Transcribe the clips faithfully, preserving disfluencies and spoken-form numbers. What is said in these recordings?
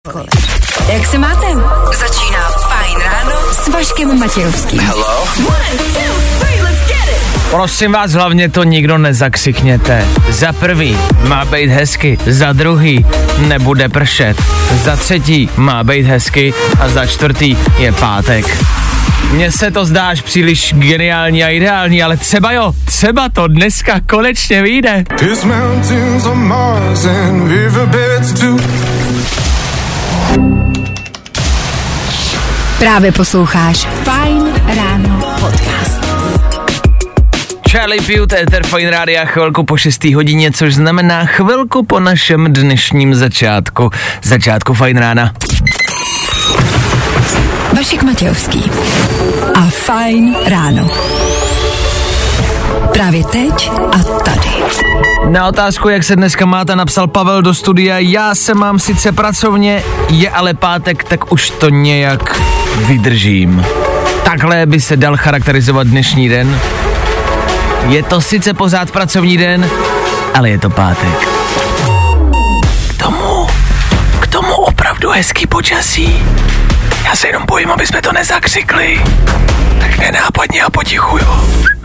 kole. Jak se máte? Začíná Fajn ráno s Vaškem Matějovským. Hello? One, two, three, let's get it. Prosím vás, hlavně to nikdo nezakřikněte. Za prvý, má být hezky, za druhý, nebude pršet, za třetí, má být hezky a za čtvrtý je pátek. Mně se to zdá až příliš geniální a ideální, ale třeba jo, třeba to dneska konečně vyjde. Právě posloucháš Fajn ráno podcast. Charlie Puth, éter Fajn rádia, chvilku po šestý hodině, což znamená chvilku po našem dnešním začátku. Začátku Fajn rána. Vašek Matějovský a Fajn ráno. Právě teď a tady. Na otázku, jak se dneska máte, napsal Pavel do studia. Já se mám sice pracovně, je ale pátek, tak už to nějak vydržím. Takhle by se dal charakterizovat dnešní den. Je to sice pořád pracovní den, ale je to pátek. K tomu, k tomu opravdu hezký počasí. Já se jenom bojím, aby jsme to nezakřikli. Tak nenápadně a potichu, jo.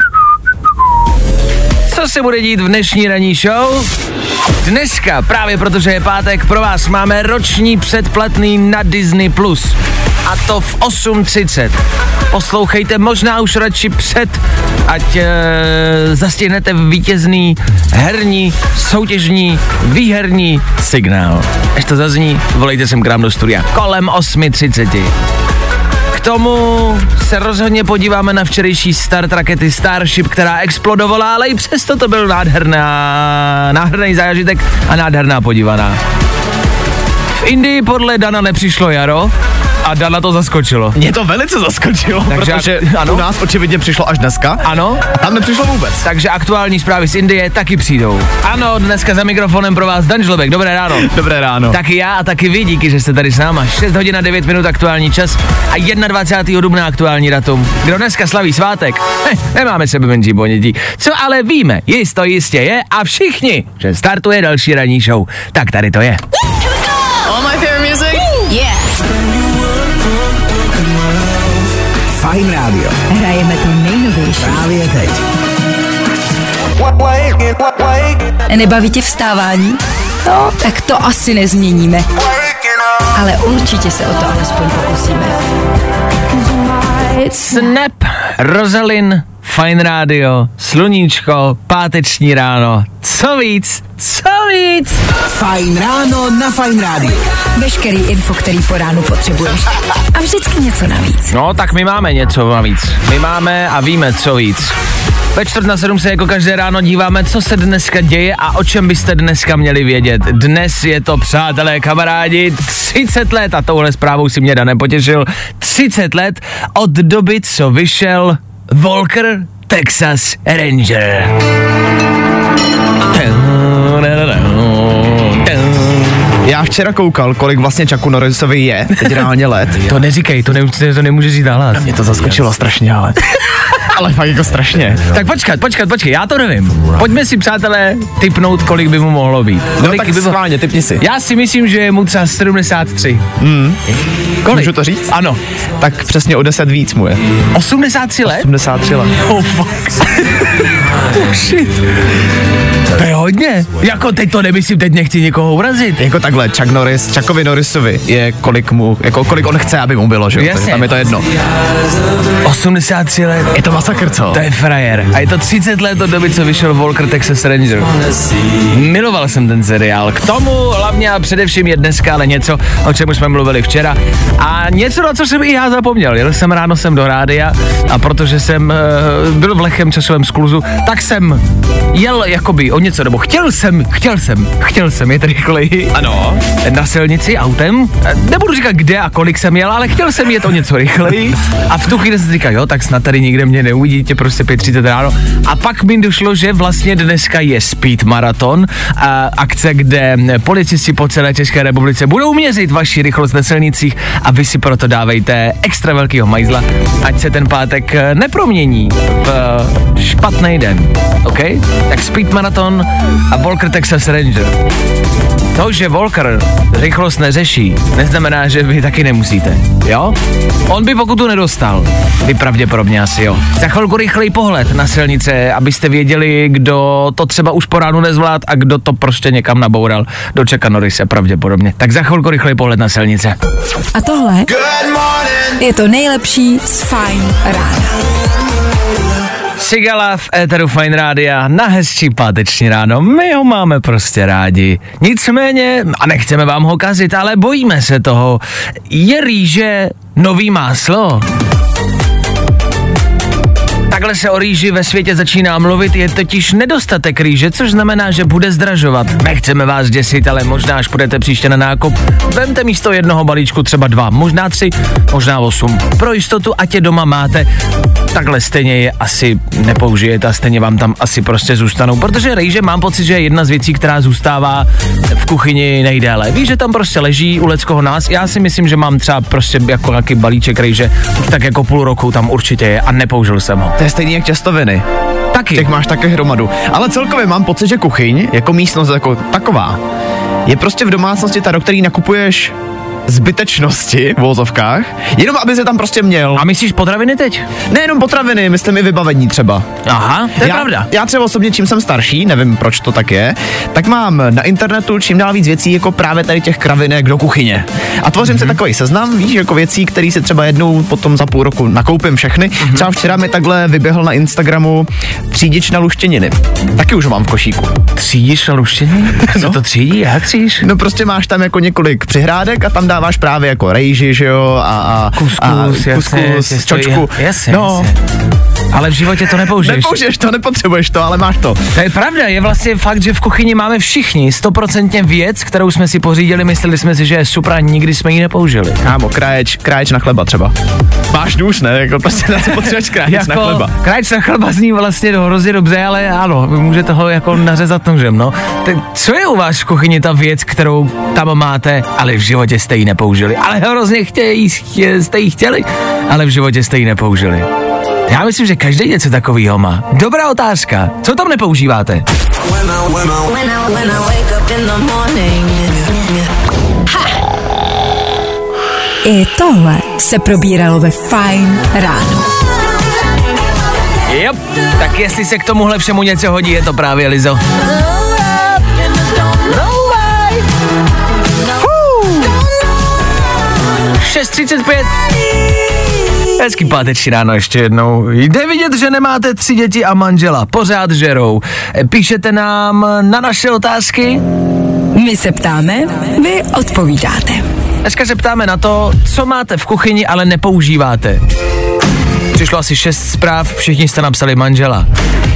Co se bude dít v dnešní ranní show? Dneska, právě protože je pátek, pro vás máme roční předplatný na Disney plus. A to v osm třicet. Poslouchejte možná už radši před, ať e, zastihnete vítězný, herní, soutěžní, výherní signál. Až to zazní, volejte sem k nám do studia kolem osm třicet. K tomu se rozhodně podíváme na včerejší start rakety Starship, která explodovala, ale i přesto to byl nádherná, nádherný zážitek a nádherná podívaná. V Indii podle Dana nepřišlo jaro a Dana to zaskočilo. Mě to velice zaskočilo, takže protože ano? U nás očividně přišlo až dneska. Ano. A tam nepřišlo vůbec. Takže aktuální zprávy z Indie taky přijdou. Ano, dneska za mikrofonem pro vás Dan Žlobek. Dobré ráno. Dobré ráno. Taky já a taky vy, díky, že jste tady s náma. šest hodin a devět minut aktuální čas a dvacátého prvního dubna aktuální datum. Kdo dneska slaví svátek? Heh, nemáme sebe menší ponětí. Co ale víme, jisto jistě je a všichni, že startuje další ranní show. Tak tady to je. All my favorite music? Yeah. Fajn rádio. Hrajeme to nejnovější. Právě teď. Nebaví tě vstávání? No, tak to asi nezměníme. Ale určitě se o to alespoň pokusíme. Snap, Rosalind, Fajn rádio, sluníčko, páteční ráno. Co víc? Co víc? Fajn ráno na Fajn rádiu. Veškerý info, který po ránu potřebuješ. A vždycky něco navíc. No, tak my máme něco navíc. My máme a víme co víc. Ve čtvrt na sedm se jako každé ráno díváme, co se dneska děje a o čem byste dneska měli vědět. Dnes je to, přátelé, kamarádi, třicet let a touhle zprávou si mě Dane potěšil. třicet let od doby, co vyšel Walker Texas Ranger. Já včera koukal, kolik vlastně Chucku Norrisovi je, teď reálně let. To neříkej, to, ne, to nemůže říct nahlas. Mě to zaskočilo strašně, ale... ale fakt jako strašně. Tak počkat, počkat, počkat, já to nevím. Pojďme si, přátelé, tipnout, kolik by mu mohlo být. No Kolik tak by schválně, tipni si. Já si myslím, že je mu třeba sedmdesát tři. Mm. Kolik? Můžu to říct? Ano. Tak přesně o deset víc mu je. osmdesát tři let? osmdesát tři let. Oh fuck. Oh shit. To je hodně. Jako teď to nemyslím, teď nechci někoho urazit. Jako takhle, Chuck Norris, Chuckovi Norrisovi je kolik mu, jako kolik on chce, aby mu bylo, že jo? Jasně. Tam je to jedno. osmdesát tři let. Je to masakr, co? To je frajer. A je to třicet let od doby, co vyšel Walker Texas Ranger. Miloval jsem ten seriál. K tomu hlavně a především je dneska ale něco, o čem jsme mluvili včera. A něco, na co jsem i já zapomněl. Jel jsem ráno sem do rádia a protože jsem uh, byl v lehkém časovém skluzu, tak jsem jel jakoby o něco, nebo chtěl jsem, chtěl jsem, chtěl jsem jet rychleji. Ano. Na silnici autem. Nebudu říkat kde a kolik jsem jel, ale chtěl jsem jet o něco rychleji. A v tu chvíli jsem říkal, jo, tak snad tady nikde mě neuvidíte, prostě pět třicet ráno. A pak mi došlo, že vlastně dneska je Speed Marathon, a akce, kde policisti po celé České republice budou měřit vaši rychlost na silnicích a vy si proto dávejte extra velkýho majzla, ať se ten pátek nepromění v špatný den, OK? Tak Speed Marathon a Walker Texas Ranger. To, že Walker rychlost neřeší, neznamená, že vy taky nemusíte, jo? On by pokutu nedostal. Vy pravděpodobně asi jo. Za chvilku rychlej pohled na silnice, abyste věděli, kdo to třeba už po ránu nezvlád a kdo to prostě někam naboural do Chucka Norrise pravděpodobně. Tak za chvilku rychlej pohled na silnice. A tohle je to nejlepší z Fajn rána. Sigala v éteru Fajn rádia na hezčí páteční ráno. My ho máme prostě rádi. Nicméně, a nechceme vám ho kazit, ale bojíme se toho. Je rýže nový máslo? Takhle se o rýži ve světě začíná mluvit, je totiž nedostatek rýže, což znamená, že bude zdražovat. Nechceme vás děsit, ale možná až půjdete příště na nákup, vemte místo jednoho balíčku třeba dva, možná tři, možná osm. Pro jistotu, ať je doma máte, takhle stejně je asi nepoužijete a stejně vám tam asi prostě zůstanou, protože rýže mám pocit, že je jedna z věcí, která zůstává v kuchyni nejdéle. Víš, že tam prostě leží u leckoho nás, já si myslím, že mám třeba prostě jako nějaký balíček rýže, už tak jako půl roku tam určitě je a nepoužil jsem ho. To je stejný jak těstoviny. Taky. Těch máš také hromadu. Ale celkově mám pocit, že kuchyň, jako místnost jako taková, je prostě v domácnosti ta, do který nakupuješ zbytečnosti v vozovkách, jenom aby se tam prostě měl. A myslíš potraviny teď? Nejenom potraviny, myslím i vybavení třeba. Aha, to je já, pravda. Já třeba osobně, čím jsem starší, nevím proč to tak je, tak mám na internetu čím dál víc věcí, jako právě tady těch kravinek do kuchyně. A tvořím mm-hmm. si takový seznam, víš, jako věcí, které si třeba jednou potom za půl roku nakoupím všechny. Mm-hmm. Třeba včera mi takhle vyběhl na Instagramu třídič na luštěniny. Taky už ho mám v košíku. Třídiš na luštěniny? Co No. to třídí? Jak třídíš? No prostě máš tam jako několik přihrádek a tam dáváš právě jako rejži, že jo, a, a Kuskus, a jasně, kuskus, těsto, čočku. jasně, no, jasně. Ale v životě to nepoužiješ. nepoužiješ to, nepotřebuješ to, ale máš to. To je pravda, je vlastně fakt, že v kuchyni máme všichni stoprocentně věc, kterou jsme si pořídili, mysleli jsme si, že je super a nikdy jsme ji nepoužili. Kámo, kráječ, kráječ na chleba třeba. Máš nůž, ne? Jako prostě na co potřebuješ kráječ na chleba. Kráječ na chleba zní vlastně hrozně dobře, ale ano, můžete ho jako nařezat nožem, no. Tak co je u vás v kuchyni ta věc, kterou tam máte, ale v životě jste ji nepoužili? Ale hrozně chtějí, jste ji chtěli, ale v životě jste ji nepoužili. Já myslím, že každý něco takovýho má. Dobrá otázka. Co tam nepoužíváte? I tohle se probíralo ve Fajn ráno. Jop, tak jestli se k tomuhle všemu něco hodí, je to právě Lizo. šest třicet pět. Hezký páteční ráno ještě jednou. Jde vidět, že nemáte tři děti a manžela. Pořád žerou. Píšete nám na naše otázky? My se ptáme, vy odpovídáte. Dneska se ptáme na to, co máte v kuchyni, ale nepoužíváte. Přišlo asi šest zpráv, všichni jste napsali manžela.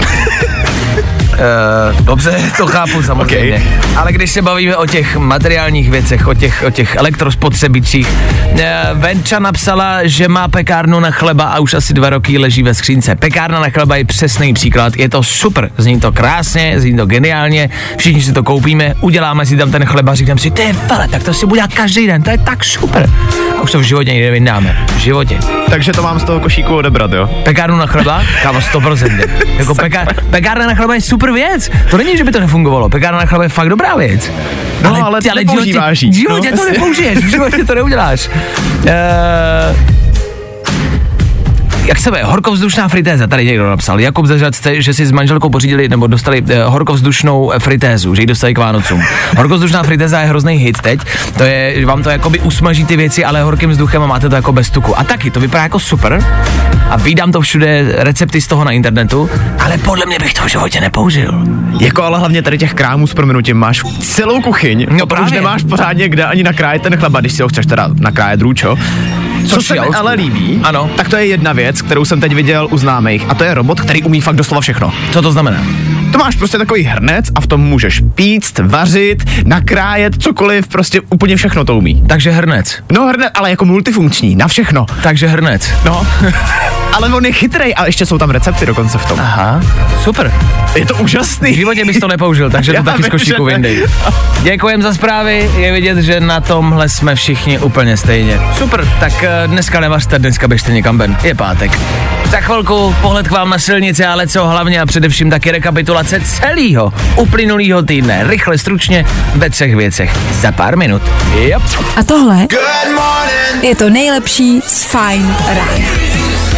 Uh, dobře, to chápu samozřejmě. Okay. Ale když se bavíme o těch materiálních věcech, o těch, o těch elektrospotřebičích, uh, Venča napsala, že má pekárnu na chleba a už asi dva roky leží ve skřínce. Pekárna na chleba je přesný příklad, je to super, zní to krásně, zní to geniálně, všichni si to koupíme, uděláme si tam ten chleba, říkám si, ty vele, tak to si bude každý den, to je tak super. A už to v životě nikdy nevydáme, v životě. Takže to mám z toho košíku odebrat, jo? Pekárnu na chleba? Kámo, sto procent. Jako pekár, pekárna na chleba je super věc. To není, že by to nefungovalo. Pekárna na chleba je fakt dobrá věc. No, ale, ale ty ale nepoužíváš jí. V životě no, to nepoužiješ, v životě to neuděláš. Uh, jak se jmenuje? Horkovzdušná fritéza, tady někdo napsal. Jakub Zažadce, že si s manželkou pořídili nebo dostali eh, horkovzdušnou fritézu, že ji dostali k Vánocům. Horkovzdušná fritéza je hrozný hit teď. To je, vám to jakoby usmaží ty věci, ale horkým vzduchem a máte to jako bez tuku. A taky, to vypadá jako super. A vídám to všude, recepty z toho na internetu, ale podle mě bych to v životě nepoužil. Jako ale hlavně tady těch krámů s prominutím máš celou kuchyň. No právě. Už nemáš pořádně kde ani nakrájet ten chleba, když si ho chceš teda nakrájet růčo. Co se mi ale líbí, ano. Tak to je jedna věc, kterou jsem teď viděl u známých, a to je robot, který umí fakt doslova všechno. Co to znamená? To máš prostě takový hrnec a v tom můžeš píct, vařit, nakrájet, cokoliv, prostě úplně všechno to umí. Takže hrnec. No hrnec, ale jako multifunkční, na všechno. Takže hrnec. No, ale on je chytrej a ještě jsou tam recepty dokonce v tom. Aha, super. Je to úžasný. V životě bys to nepoužil, takže to taky z košíku vyndej. Děkujem za zprávy, je vidět, že na tomhle jsme všichni úplně stejně. Super, tak dneska nevařte, dneska běžte někam ven, je pátek. Za chvilku pohled k vám na silnici, ale co hlavně a především taky rekapitulace rekapitulace celého uplynulého týdne. Rychle, stručně, ve třech věcech. Za pár minut. Yep. A tohle je to nejlepší z Fajn rána.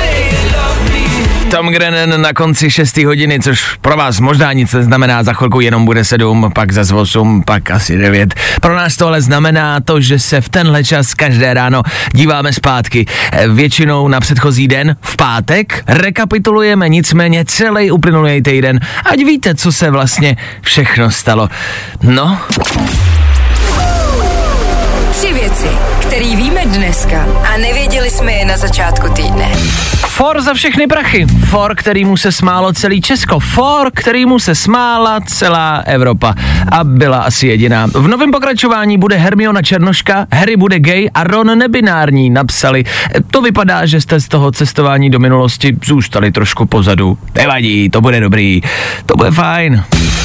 Tom Grennan na konci šesté hodiny, což pro vás možná nic neznamená, za chvilku jenom bude sedm, pak zas osm, pak asi devět. Pro nás to ale znamená to, že se v tenhle čas každé ráno díváme zpátky. Většinou na předchozí den, v pátek, rekapitulujeme nicméně celý uplynulý týden, ať víte, co se vlastně všechno stalo. No... Tři věci, které víme dneska a nevěděli jsme je na začátku týdne. For za všechny prachy. For, kterýmu se smálo celý Česko. For, kterýmu se smála celá Evropa. A byla asi jediná. V novém pokračování bude Hermiona černoška, Harry bude gay a Ron nebinární, napsali. To vypadá, že jste z toho cestování do minulosti zůstali trošku pozadu. Nevadí, to bude dobrý. To bude fajn.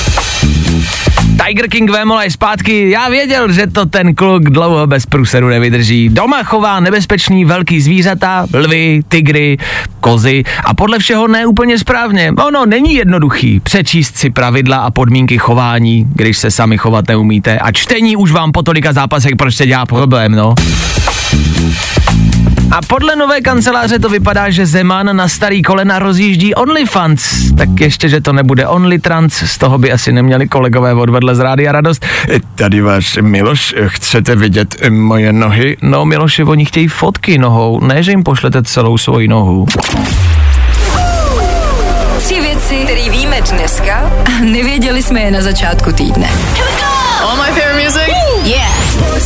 Tiger King Vémola je zpátky, já věděl, že to ten kluk dlouho bez průseru nevydrží. Doma chová nebezpečný velký zvířata, lvy, tygry, kozy a podle všeho ne úplně správně. Ono není jednoduchý přečíst si pravidla a podmínky chování, když se sami chovat neumíte a čtení už vám po tolika zápasech prostě dělá problém, no. A podle nové kanceláře to vypadá, že Zeman na starý kolena rozjíždí OnlyFans. Tak ještě, že to nebude OnlyTrans, z toho by asi neměli kolegové odvedle z Rádia Radost. Tady váš Miloš, chcete vidět moje nohy? No Miloši, oni chtějí fotky nohou, ne, že jim pošlete celou svoji nohu. Tři věci, které víme dneska a nevěděli jsme je na začátku týdne. All my favorite music? Yeah.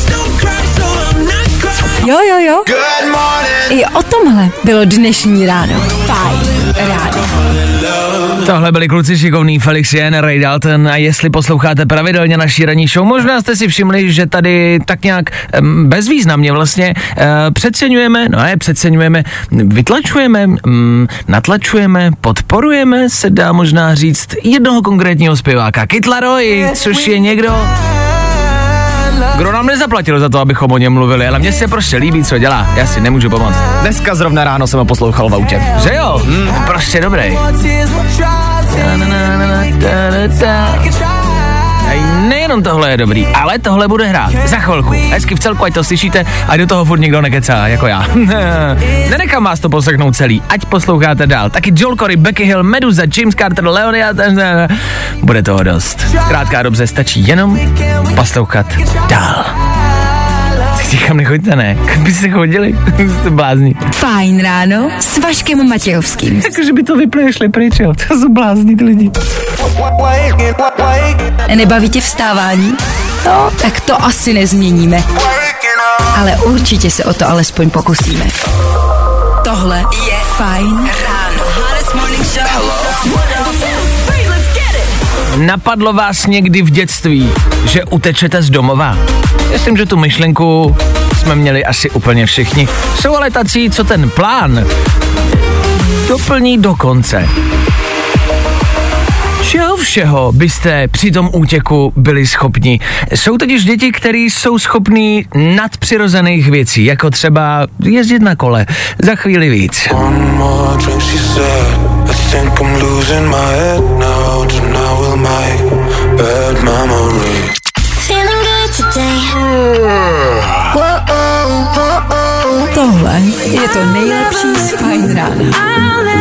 Jo, jo, jo. I o tomhle bylo dnešní ráno. Fajn ráno. Tohle byli kluci šikovný, Felix Jen, Ray Dalton a jestli posloucháte pravidelně naší ranní show, možná jste si všimli, že tady tak nějak um, bezvýznamně vlastně uh, přeceňujeme, no je přeceňujeme, vytlačujeme, um, natlačujeme, podporujeme, se dá možná říct, jednoho konkrétního zpěváka, Kid Laroi, což je někdo, kdo nám nezaplatil za to, abychom o něm mluvili, ale mně se prostě líbí, co dělá, já si nemůžu pomoct. Dneska zrovna ráno jsem ho poslouchal v autě. Že jo? Hmm, prostě dobrý. A nejenom tohle je dobrý, ale tohle bude hrát. Za chvilku. Hezky v celku, ať to slyšíte, a do toho furt nikdo nekecá, jako já. Nenechám vás to poslechnout celý, ať posloucháte dál. Taky Joel Corey, Becky Hill, Meduza, James Carter, Leonia, bude toho dost. Zkrátka dobře, stačí jenom poslouchat dál. Někam nechoďte, ne? Kdyby se chodili, jste blázni. Fajn ráno s Vaškem Matějovským. Jakože by to vypli, šli pryč, jo. To jsou blázni ty lidi. Nebaví tě vstávání? No, tak to asi nezměníme. Ale určitě se o to alespoň pokusíme. Tohle je Fajn ráno. Napadlo vás někdy v dětství, že utečete z domova? Myslím, že tu myšlenku jsme měli asi úplně všichni. Jsou ale tací, co ten plán doplní do konce. Čeho všeho byste při tom útěku byli schopni? Jsou totiž děti, které jsou schopní nadpřirozených věcí, jako třeba jezdit na kole. Za chvíli víc. Tohle je to nejlepší z Fajn rána.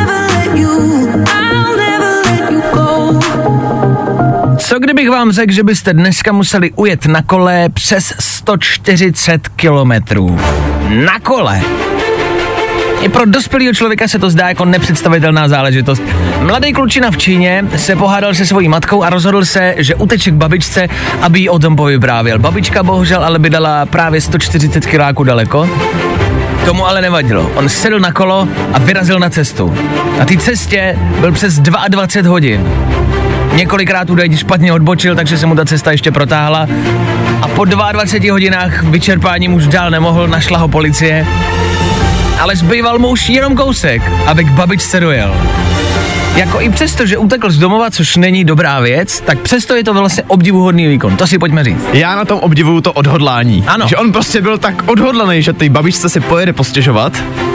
Co kdybych vám řekl, že byste dneska museli ujet na kole přes sto čtyřicet kilometrů? Na kole! I pro dospělého člověka se to zdá jako nepředstavitelná záležitost. Mladý klučina v Číně se pohádal se svojí matkou a rozhodl se, že uteče k babičce, aby jí o tom povyprávěl. Babička bohužel ale by dala právě sto čtyřicet kiláků daleko. Tomu ale nevadilo. On sedl na kolo a vyrazil na cestu. Na té cestě byl přes dvacet dva hodin. Několikrát údajně špatně odbočil, takže se mu ta cesta ještě protáhla. A po dvaceti dvou hodinách vyčerpáním už dál nemohl, našla ho policie. Ale zbýval mu už jenom kousek, aby k babičce dojel. Jako i přesto, že utekl z domova, což není dobrá věc, tak přesto je to vlastně obdivuhodný výkon. To si pojďme říct. Já na tom obdivuju to odhodlání. Ano. Že on prostě byl tak odhodlaný, že tej babičce si pojede postěžovat. A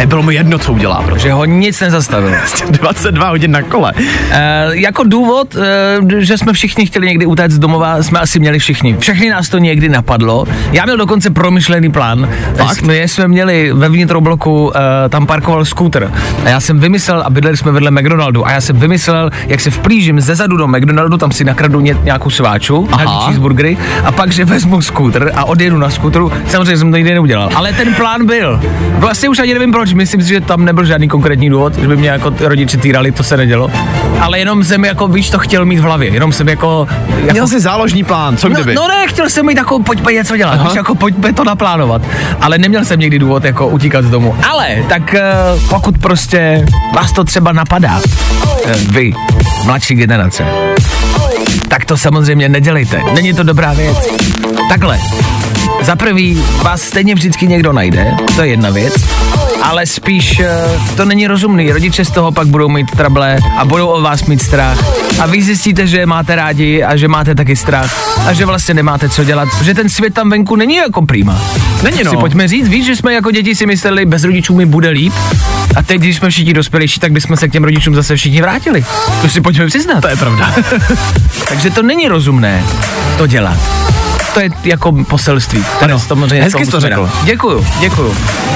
A bylo mu jedno, co udělá, protože že ho nic nezastavilo. dvacet dva hodin na kole. E, jako důvod, e, že jsme všichni chtěli někdy utéct z domova, jsme asi měli všichni. Všechny nás to někdy napadlo. Já měl dokonce promyšlený plán. Fakt? My jsme měli ve vnitrobloku, e, tam parkoval skútr. A já jsem vymyslel, a bydleli jsme vedle McDonaldu, a já jsem vymyslel, jak se vplížím zezadu do McDonaldu, tam si nakradu ně, nějakou sváču, nějaký cheeseburgery, a pak, že vezmu skútr a odjedu na skútru. Samozřejmě jsem to nikdy neudělal. Ale ten plán byl. Vlastně už ani nevím proč, myslím si, že tam nebyl žádný konkrétní důvod, že by mě jako rodiče týrali, to se nedělo. Ale jenom jsem jako, víš, to chtěl mít v hlavě, jenom jsem jako... jako... Měl jsi záložní plán, co kdyby? No, no ne, chtěl jsem mít takovou, pojďme něco dělat, víš, jako pojďme to naplánovat. Ale neměl jsem někdy důvod jako utíkat z domu. Ale tak uh, pokud prostě vás to třeba napadá, uh, vy, mladší generace, tak to samozřejmě nedělejte. Není to dobrá věc. Takhle. Za prvý, vás stejně vždycky někdo najde, to je jedna věc, ale spíš uh, to není rozumný. Rodiče z toho pak budou mít trable a budou o vás mít strach. A vy zjistíte, že máte rádi a že máte taky strach a že vlastně nemáte co dělat, že ten svět tam venku není jako prima. Není, no. Si pojďme říct, víš, že jsme jako děti si mysleli, bez rodičů mi bude líp, a teď, když jsme všichni dospělejší, tak bychom se k těm rodičům zase všichni vrátili. To si pojďme přiznat. To je pravda. Takže to není rozumné to dělat. To je jako poselství. Ano, hezky jsi to řekl. Děkuju, děkuju.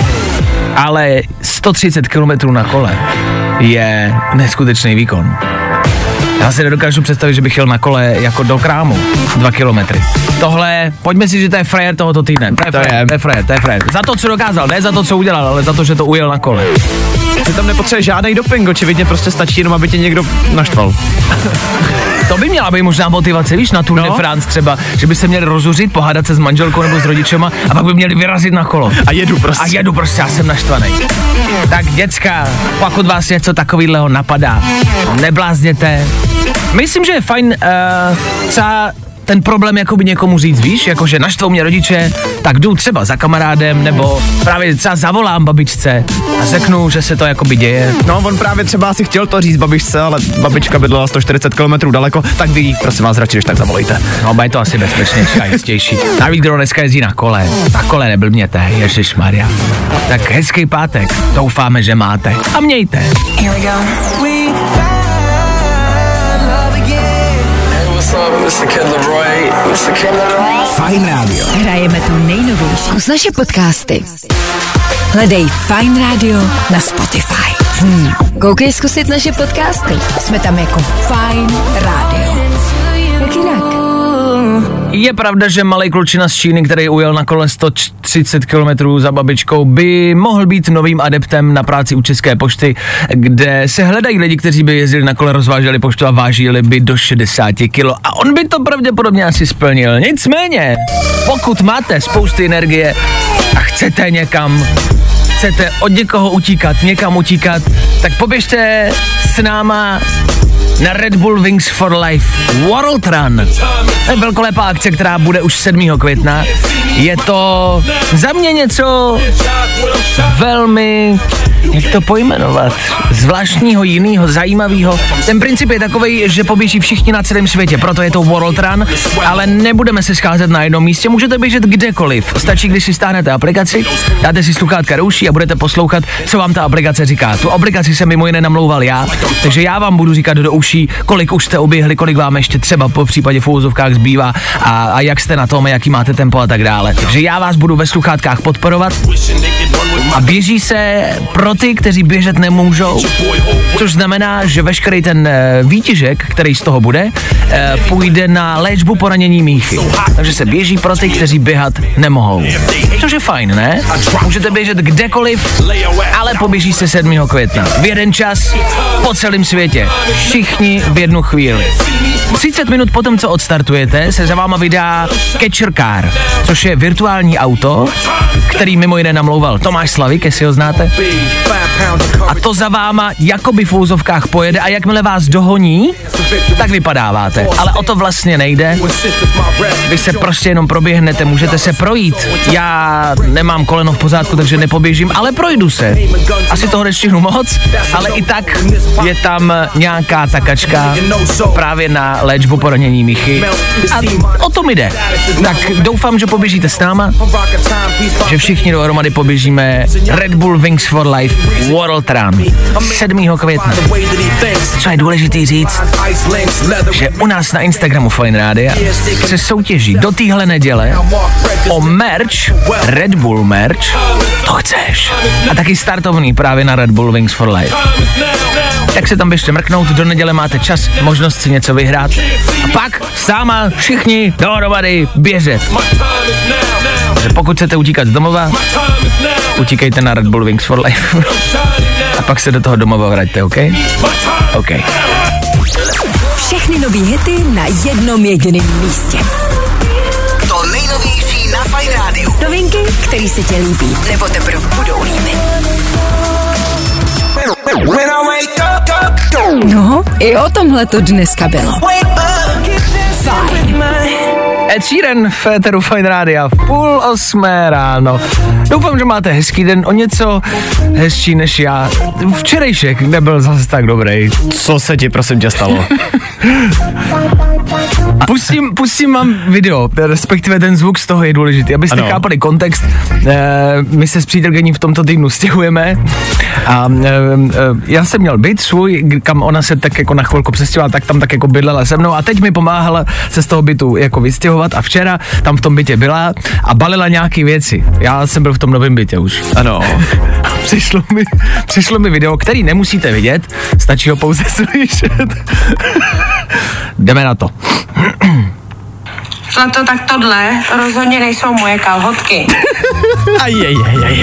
Ale sto třicet kilometrů na kole je neskutečný výkon. Já si nedokážu představit, že bych jel na kole jako do krámu. Dva kilometry. Tohle, pojďme si, že to je frajer tohoto týdne. To je to frajer, je. to je frajer, to je frajer. Za to, co dokázal, ne za to, co udělal, ale za to, že to ujel na kole. Ty tam nepotřebuje žádný doping, očividně prostě stačí jenom, aby tě někdo naštval. To by měla být možná motivace, víš, na Tour de No. France třeba, že by se měli rozuřit, pohádat se s manželkou nebo s rodičema a pak by měli vyrazit na kolo. A jedu prostě. A jedu prostě, já jsem naštvaný. Tak děcka, pokud vás něco takového napadá, neblázněte. Myslím, že je fajn uh, třeba ten problém jakoby někomu říct, víš, jakože naštvou mě rodiče, tak jdu třeba za kamarádem, nebo právě třeba zavolám babičce a řeknu, že se to jakoby děje. No, on právě třeba si chtěl to říct babičce, ale babička bydlela sto čtyřicet kilometrů daleko, tak vy jí, prosím vás, radši, když tak zavolejte. No, bude to asi bezpečnější a jistější. Navíc, kdo dneska jezdí na kole, na kole neblbněte, ježišmarja. Tak hezký pátek, doufáme, že máte. A mějte. Here we go. mister Kid Leroy, mister Kid Leroy. Fajn rádio. Hrajeme to nejnovější. Zkus naše podcasty. Hledej Fajn rádio na Spotify. Hmm. Koukej zkusit naše podcasty. Jsme tam jako Fajn rádio. Jak jinak? Je pravda, že malej klučina z Číny, který ujel na kole sto třicet kilometrů za babičkou, by mohl být novým adeptem na práci u České pošty, kde se hledají lidi, kteří by jezdili na kole, rozváželi poštu a vážili by do šedesát kilo. A on by to pravděpodobně asi splnil. Nicméně, pokud máte spousty energie a chcete někam, chcete od někoho utíkat, někam utíkat, tak poběžte s náma na Red Bull Wings for Life World Run. To je velkolepá akce, která bude už sedmého května. Je to za mě něco velmi, jak to pojmenovat, zvláštního, jinýho, zajímavého. Ten princip je takovej, že poběží všichni na celém světě, proto je to World Run, ale nebudeme se scházet na jednom místě, můžete běžet kdekoliv. Stačí, když si stáhnete aplikaci, dáte si sluchátka do uší a budete poslouchat, co vám ta aplikace říká. Tu aplikaci jsem mimo jiné namlouval já, takže já vám budu říkat do uší, kolik už jste oběhli, kolik vám ještě třeba po případě v úvozovkách zbývá a, a jak jste na tom, jaký máte tempo a tak dále. Takže já vás budu ve sluchátkách podporovat a běží se pro ty, kteří běžet nemůžou, což znamená, že veškerý ten e, výtěžek, který z toho bude, e, půjde na léčbu poranění míchy. Takže se běží pro ty, kteří běhat nemohou. Což je fajn, ne? Můžete běžet kdekoliv, ale poběží se sedmého května. V jeden čas, po celém světě. Všichni v jednu chvíli. třicet minut potom, co odstartujete, se za váma vydá Catcher Car, což je virtuální auto, který mimo jiné namlouval Tomáš Slavík, jestli ho znáte. a to za váma jakoby v úzovkách pojede a jakmile vás dohoní, tak vypadáváte. Ale o to vlastně nejde. Vy se prostě jenom proběhnete, můžete se projít. Já nemám koleno v pořádku, takže nepoběžím, ale projdu se. Asi toho nestihnu moc, ale i tak je tam nějaká takačka právě na léčbu poranění Michy. A o tom jde. Tak doufám, že poběžíte s náma, že všichni dohromady poběžíme Red Bull Wings for Life World Run sedmého května. Co je důležitý říct, že u nás na Instagramu Fajn Rádia se soutěží do téhle neděle o merch, Red Bull merch, to chceš. A taky startovný právě na Red Bull Wings for Life. Tak se tam běžte mrknout, do neděle máte čas, možnost si něco vyhrát. A pak sama všichni dohromady běžet. Takže pokud chcete utíkat z domova, utíkejte na Red Bull Wings for Life. A pak se do toho domova vraťte, OK? OK. Všechny nový hity na jednom jediném místě. To nejnovější na Fajn rádiu. Novinky, které se ti líbí, nebo teprve budou líbit. No, i o tomhle to dneska bylo. Fajn. Ed Sheeran v éteru Fajn Rádia v půl osmé ráno. Doufám, že máte hezký den, o něco hezčí než já. Včerejšek nebyl zase tak dobrý. Co se ti prosím tě stalo? Pustím, pustím vám video, respektive ten zvuk z toho je důležitý, abyste ano. chápali kontext. E, my se s přítelkyní v tomto týdnu stěhujeme a e, e, já jsem měl byt svůj, kam ona se tak jako na chvilku přestěhovala, tak tam tak jako bydlela se mnou a teď mi pomáhala se z toho bytu jako vystěhovat a včera tam v tom bytě byla a balila nějaký věci. Já jsem byl v tom novém bytě už. Ano. přišlo, mi, přišlo mi video, který nemusíte vidět, stačí ho pouze slyšet. Jdeme na to. Zlato, tak tohle rozhodně nejsou moje kalhotky. Ajajajaj.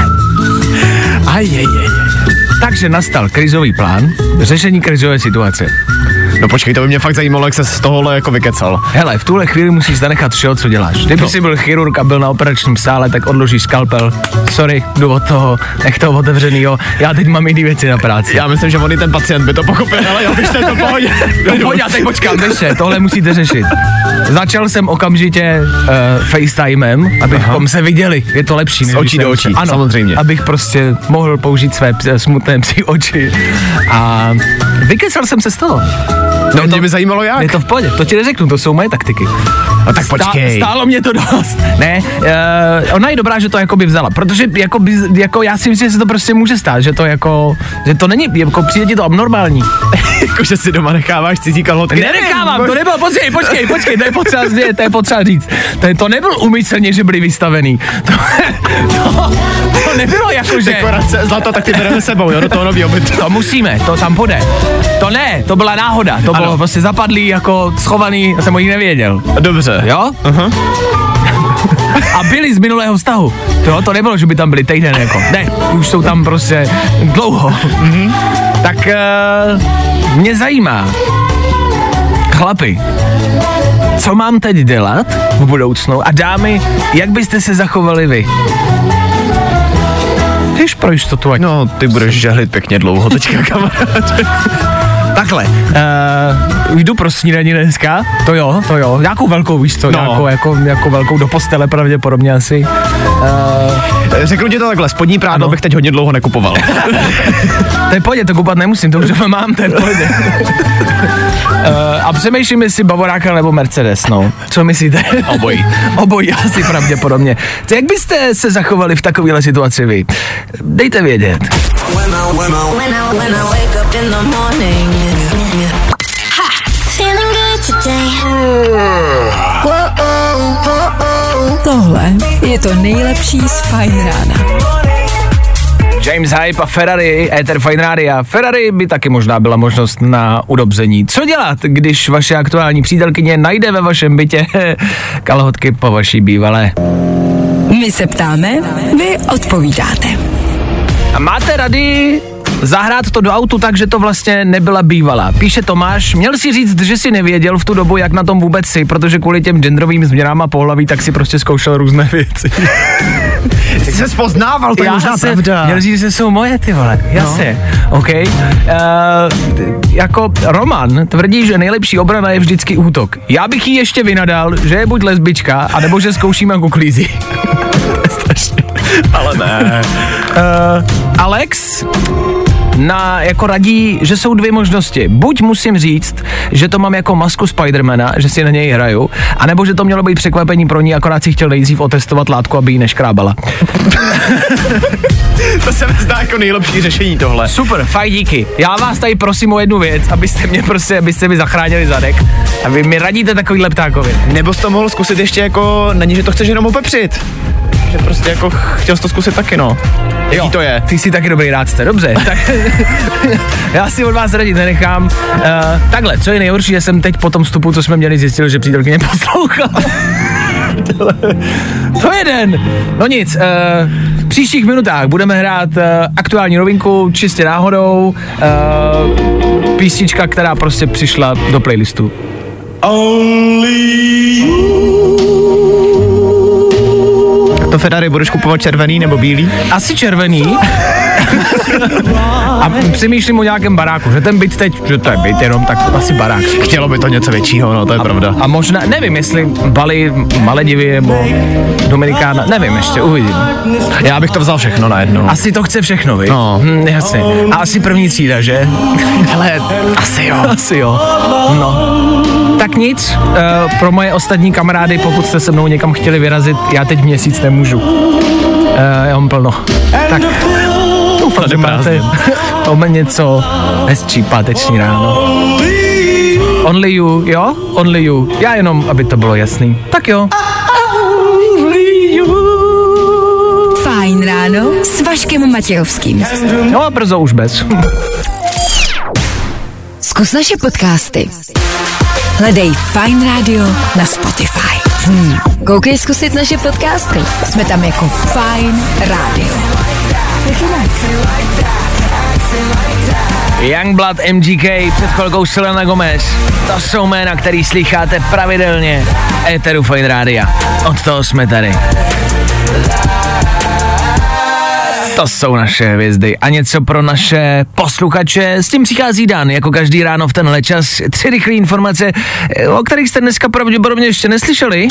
Ajajajaj. Takže nastal krizový plán, řešení krizové situace. No počkej, to by mě fakt zajímalo, jak se z tohohle jako vykecal. Hele, v tuhle chvíli musíš zanechat všeho, co děláš. Kdyby no. jsi byl chirurg a byl na operačním sále, tak odložíš skalpel. Sorry, jdu od toho, nech toho otevřenýho. Já teď mám jiný věci na práci. Já myslím, že on i ten pacient by to pochopil, ale já bych to pohodě. No pojď, já teď počkám, než tohle musíte řešit. Začal jsem okamžitě uh, FaceTimem, abychom se viděli. Je to lepší. Z očí do očí, ano, samozřejmě. Abych prostě mohl použít své smutné psí oči. A vykecal jsem se z toho. No, mě by zajímalo jak. Je to v pohodě, to ti neřeknu, to jsou moje taktiky. No tak počkej. Stá, stálo mě to dost. Ne, uh, ona je dobrá, že to jako by vzala, protože jako, by, jako já si myslím, že se to prostě může stát, že to jako, že to není, jako přijde ti to abnormální. Jako, že si doma necháváš cizí kalhotky. Nenechávám, to nebylo, počkej, počkej, počkej, to je potřeba, to je potřeba říct. To, je, to nebylo umyslně, že byli vystavený. To, to, to nebylo jako, že... Dekorace, zlato, tak ty bereme sebou, jo, do toho novýho bytu. To musíme, to tam půjde. To ne, to byla náhoda, to bylo prostě zapadlý, jako schovaný, já jsem o ní nevěděl. Dobře. Jo? Uh-huh. A byli z minulého vztahu. To, to nebylo, že by tam byli týden jako. Ne, už jsou tam prostě dlouho. Uh-huh. Tak uh, mě zajímá, chlapi, co mám teď dělat v budoucnu a dámy, jak byste se zachovali vy? Tyž pro jistotu, ať... No, ty budeš žehlit pěkně dlouho teďka, kamarád. Takhle, uh, jdu pro snídaní dneska, to jo, to jo, nějakou velkou, víš co, no. nějakou, jako, jako velkou do postele pravděpodobně asi. Uh, Řeknu ti to takhle, spodní prádlo bych teď hodně dlouho nekupoval. To je pohodě, to kupat nemusím, to už mám, to je pohodě. Uh, a přemýšlím, jestli Bavoráka nebo Mercedes, no. Co myslíte? Obojí. Obojí asi pravděpodobně. Co, jak byste se zachovali v takovéhle situaci vy? Dejte vědět. Tohle je to nejlepší z Fajn rána. James Hype a Ferrari, éter Fajn Rádia. Ferrari by taky možná byla možnost na udobření. Co dělat, když vaše aktuální přítelkyně najde ve vašem bytě kalhotky po vaší bývalé? My se ptáme, vy odpovídáte. A máte rady zahrát to do autu tak, že to vlastně nebyla bývalá? Píše Tomáš, měl si říct, že si nevěděl v tu dobu, jak na tom vůbec si, protože kvůli těm genderovým změnám a pohlaví, tak si prostě zkoušel různé věci. se spoznával, to je Já možná se, pravda. Mě rozumí, že jsou moje, ty vole, jasně, no. OK. Uh, jako Roman tvrdí, že nejlepší obrana je vždycky útok. Já bych jí ještě vynadal, že je buď lesbička, anebo že zkoušíme kuklízy. To je strašně. Ale ne. Uh, Alex na, jako radí, že jsou dvě možnosti. Buď musím říct, že to mám jako masku Spidermana, že si na něj hraju, anebo že to mělo být překvapení pro ní, akorát si chtěl nejdřív otestovat látku, aby ji neškrábala. To se mi zdá jako nejlepší řešení tohle. Super, fajn, díky. Já vás tady prosím o jednu věc, abyste mě prostě, abyste mi zachránili zadek. A vy mi radíte takovýhle ptákovi. Nebo jsi to mohl zkusit ještě jako, není, že to chceš jenom opepřit. Že prostě jako chtěl jsi to zkusit taky, no. Jaký to je? Ty jsi taky dobrý rádce, dobře. Tak já si od vás radit nenechám. Uh, takhle, co je nejhorší, že jsem teď po tom vstupu, co jsme měli, zjistil, že přítelkyně poslouchal. To je den. No nic, uh, v příštích minutách budeme hrát uh, aktuální novinku, čistě náhodou. Uh, písnička, která prostě přišla do playlistu. To Ferrari budeš kupovat červený nebo bílý? Asi červený. A přemýšlím o nějakém baráku, že ten byt teď, že to je byt jenom, tak asi barák. Chtělo by to něco většího, no to je a, pravda. A možná, nevím, jestli Bali, Maledivy nebo Dominikána, nevím ještě, uvidím. Já bych to vzal všechno najednou. Asi to chce všechno, vy? No. Hm, jasně. A asi první třída, že? Hele, asi jo. Asi jo. No. Tak nic, uh, pro moje ostatní kamarády, pokud jste se mnou někam chtěli vyrazit, já teď měsíc nemůžu. Uh, já mám plno. Tak doufám, že máte o mě něco hezčí páteční ráno. Only you, jo? Only you. Já jenom, aby to bylo jasný. Tak jo. Fajn ráno s Vaškem Matějovským. No a brzo už bez. Zkus naše podcasty. Hledej Fajn Radio na Spotify. Hmm. Koukej zkusit naše podcasty. Jsme tam jako Fajn Radio. Youngblood, M G K, před chvilkou Selena Gomez. To jsou jména, který slycháte pravidelně v éteru Fajn Rádia. Od toho jsme tady. To jsou naše hvězdy a něco pro naše posluchače. S tím přichází Dan, jako každý ráno v tenhle čas. Tři rychlé informace, o kterých jste dneska pravděpodobně ještě neslyšeli.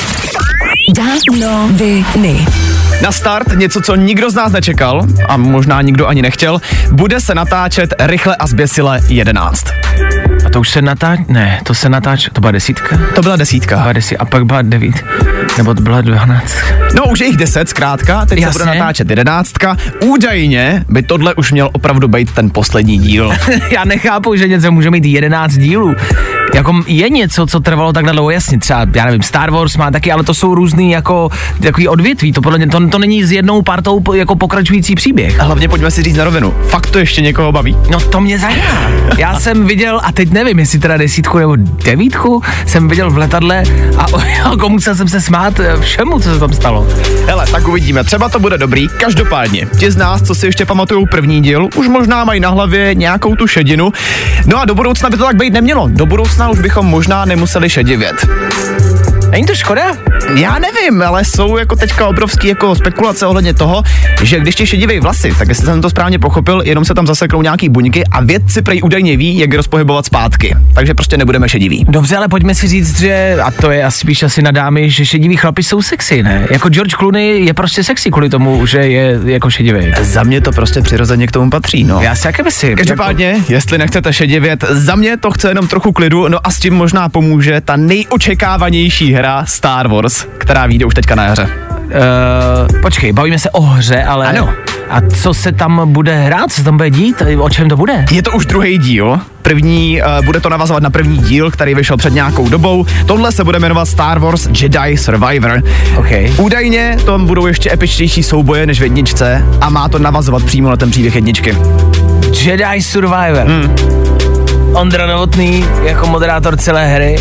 Danoviny. Na start něco, co nikdo z nás nečekal a možná nikdo ani nechtěl, bude se natáčet Rychle a zběsile jedenáct. A to už se natáč... Ne, to se natáč... To byla desítka? To byla desítka. Byla desí... A pak byla devět. Nebo to byla dvanáct. No už je jich deset zkrátka, teď Jasně. se bude natáčet jedenáctka. Údajně by tohle už měl opravdu být ten poslední díl. Já nechápu, že něco může mít jedenáct dílů. Jako je něco, co trvalo takhle dlouho, jasně, třeba, já nevím, Star Wars má taky, ale to jsou různý jako takový odvětví, to podle mě, to, to není s jednou partou jako pokračující příběh. A hlavně pojďme si říct na rovinu, fakt to ještě někoho baví? No to mě zajímá. Já jsem viděl, a teď nevím, jestli teda desítku nebo devítku, jsem viděl v letadle a jako musel jsem se smát všemu, co se tam stalo. Hele, tak uvidíme, třeba to bude dobrý, každopádně. Ti z nás, co si ještě pamatujou první díl, už možná mají na hlavě nějakou tu šedinu. No a do budoucna by to tak být nemělo, do budoucna už bychom možná nemuseli šedivět. Není to škoda? Já nevím, ale jsou jako teďka obrovský jako spekulace ohledně toho, že když ti šedivějí vlasy, tak jestli jsem to správně pochopil, jenom se tam zaseknou nějaký buňky a vědci prej údajně ví, jak je rozpohybovat zpátky. Takže prostě nebudeme šediví. Dobře, ale pojďme si říct, že, a to je asi spíš asi na dámy, že šediví chlapi jsou sexy, ne? Jako George Clooney je prostě sexy kvůli tomu, že je jako šedivý. Za mě to prostě přirozeně k tomu patří, no. Já si jaké myslím. Každopádně, jako... jestli nechcete šedivět, za mě to chce jenom trochu klidu, no a s tím možná pomůže ta nejočekávanější hra Star Wars, která vyjde už teďka na jaře. Uh, počkej, bavíme se o hře, ale... Ano. A co se tam bude hrát, co se tam bude dít, o čem to bude? Je to už druhý díl. První, uh, bude to navazovat na první díl, který vyšel před nějakou dobou. Tohle se bude jmenovat Star Wars Jedi Survivor. Okay. Údajně tam budou ještě epičtější souboje než v jedničce a má to navazovat přímo na ten příběh jedničky. Jedi Survivor. Hmm. Ondra Novotný jako moderátor celé hry.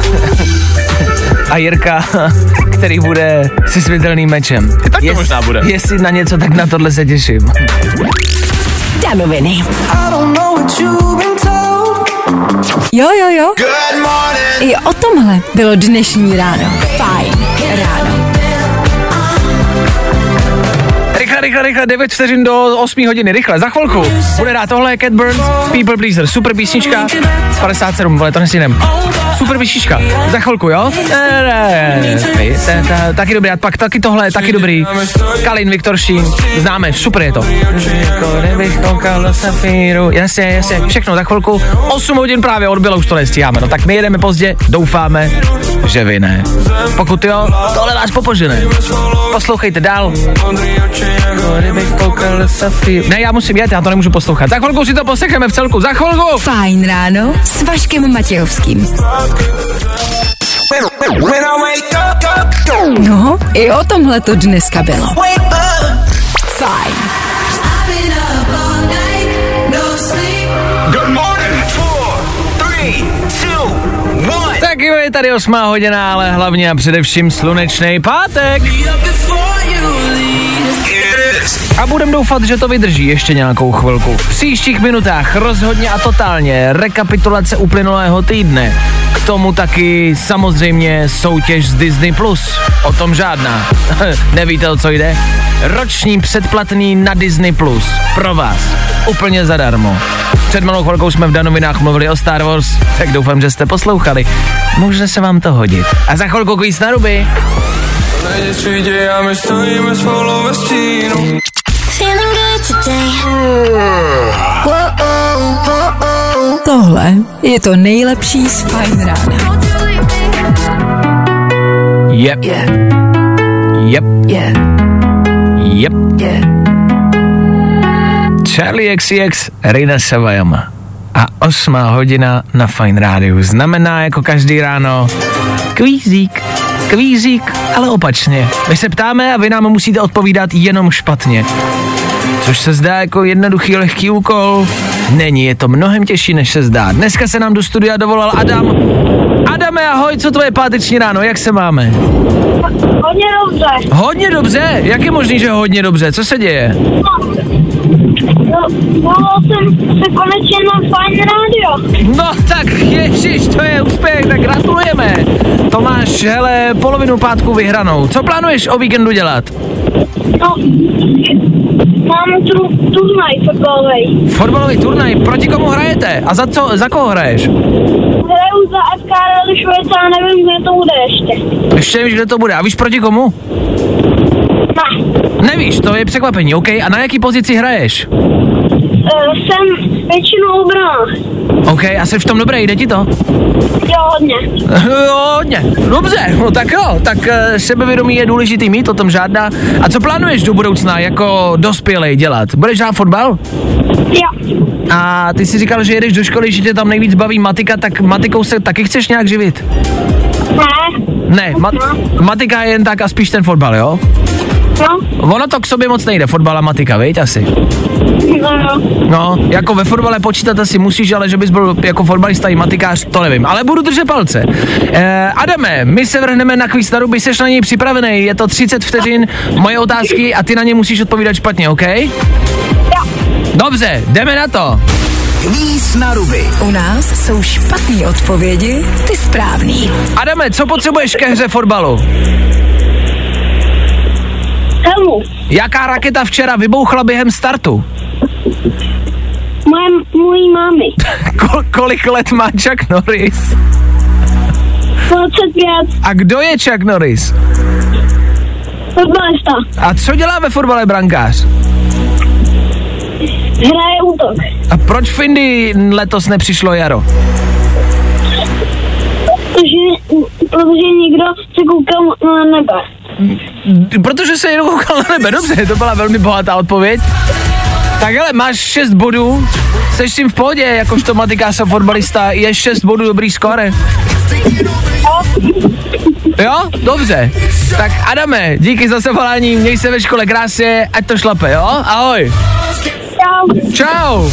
A Jirka, který bude se světelným mečem. I tak to Jest, možná bude. Jestli na něco, tak na tohle se těším. Danoviny. Jo, jo, jo. I o tomhle bylo dnešní ráno. Fajn ráno. Rychle, rychle, rychle, devět vteřin do osmi hodiny, rychle, za chvilku. Bude dát tohle Cat Burns, People Pleaser, super písnička, padesát sedm, vole, to nesinem. Super písnička, za chvilku, jo? Taky dobrý, a pak taky tohle, taky dobrý. Kalin, Viktor Šín, známe, super je to. Jasně, jasně, všechno za chvilku. osm hodin právě odbylo, už to nestíháme, no tak my jedeme pozdě, doufáme, že vy ne. Pokud jo, tohle vás popožene. Poslouchejte dál. Ne, já musím jet, já to nemůžu poslouchat. Za chvilku si to poslechneme v celku, za chvilku. Fajn ráno s Vaškem Matějovským. No, i o tomhle to dneska bylo. Fajn. Tak jo, je tady osmá hodina, ale hlavně a především slunečný pátek. A budem doufat, že to vydrží ještě nějakou chvilku. V příštích minutách rozhodně a totálně rekapitulace uplynulého týdne. K tomu taky samozřejmě soutěž z Disney plus. O tom žádná. Nevíte, o co jde? Roční předplatný na Disney plus. Pro vás. Úplně zadarmo. Před malou chvilkou jsme v Danovinách mluvili o Star Wars, tak doufám, že jste poslouchali. Může se vám to hodit. A za chvilku kvíz na ruby. Tohle je to nejlepší z Fajn rána. Yep. Yeah. Yep. Yeah. Yep. Yeah. Charlie X C X, Rina Savajama. A osmá hodina na Fajn rádiu znamená jako každý ráno kvízík, kvízík, ale opačně. My se ptáme a vy nám musíte odpovídat jenom špatně. Což se zdá jako jednoduchý, lehký úkol. Není, je to mnohem těžší, než se zdá. Dneska se nám do studia dovolal Adam. Adame, ahoj, co tvoje páteční ráno, jak se máme? Hodně dobře. Hodně dobře? Jak je možný, že hodně dobře? Co se děje? No, volal jsem se konečně na Fajn rádio. No tak ježiš, to je úspěch, tak gratulujeme. To máš, hele, polovinu pátku vyhranou. Co plánuješ o víkendu dělat? No, mám tu turnaj fotbalový. Fotbalový turnaj, proti komu hrajete? A za co, za koho hraješ? Hraju za F K Relišovec a nevím, kde to bude ještě. Ještě nevíš, kde to bude. A víš proti komu? Ne. Nevíš, to je překvapení, OK. A na jaký pozici hraješ? Uh, jsem většinou obrana. OK, a jsi v tom dobrý, jde ti to? Jo, hodně. Jo, hodně. Dobře, no tak jo, tak uh, sebevědomí je důležitý mít, o tom žádná. A co plánuješ do budoucna jako dospělej dělat? Budeš hrát fotbal? Jo. A ty jsi říkal, že jedeš do školy, že tě tam nejvíc baví matika, tak matikou se taky chceš nějak živit? Ne. Ne, ma- matika je jen tak a spíš ten fotbal, jo? No. Ono to k sobě moc nejde, fotbal a matika, viď asi? No, no. No, jako ve fotbale počítat asi musíš, ale že bys byl jako fotbalista i matikář, to nevím, ale budu držet palce. Eh, Adame, my se vrhneme na kvíz na ruby, jsi na něj připravený, je to třicet vteřin, moje otázky a ty na ně musíš odpovídat špatně, OK? Jo. Dobře, jdeme na to. Kvíz na ruby. U nás jsou špatné odpovědi, ty správný. Adame, co potřebuješ ke hře fotbalu? Helmu. Jaká raketa včera vybouchla během startu? Moje, mojí mámy. Kol- kolik let má Chuck Norris? dvacet pět. A kdo je Chuck Norris? Fotbalista. A co dělá ve fotbale brankář? Hraje útok. A proč v Indii letos nepřišlo jaro? Protože, protože někdo se koukal na nebe. Protože se jenom koukal na nebe, dobře, to byla velmi bohatá odpověď. Tak hele, máš šest bodů, jsi s tím v pohodě, jakožto matikář a fotbalista, je šest bodů dobrý skóre. Jo, dobře. Tak Adame, díky za zavolání, měj se ve škole krásně, ať to šlape, jo? Ahoj. Čau. Čau.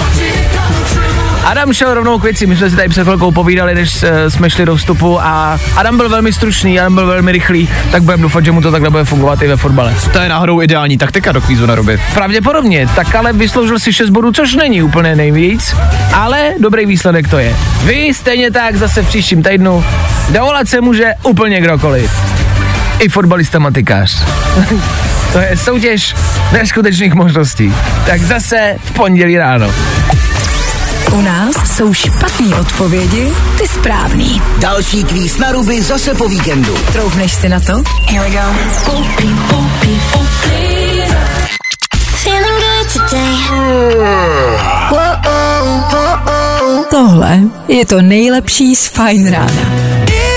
Adam šel rovnou k věci, my jsme si tady před chvilkou povídali, než jsme šli do vstupu a Adam byl velmi stručný, Adam byl velmi rychlý, tak budeme doufat, že mu to takhle bude fungovat i ve fotbale. To je náhodou ideální taktika do kvízu na ruby. Pravděpodobně, tak ale vysloužil si šest bodů, což není úplně nejvíc, ale dobrý výsledek to je. Vy stejně tak zase v příštím týdnu dovolat se může úplně kdokoliv. I fotbalista matikář. To je soutěž neskutečných možností. Tak zase v pondělí ráno. U nás jsou špatný odpovědi, ty správný. Další kvíz na ruby zase po víkendu. Troufneš si na to? Here we go. Tohle je to nejlepší z Fajn rána.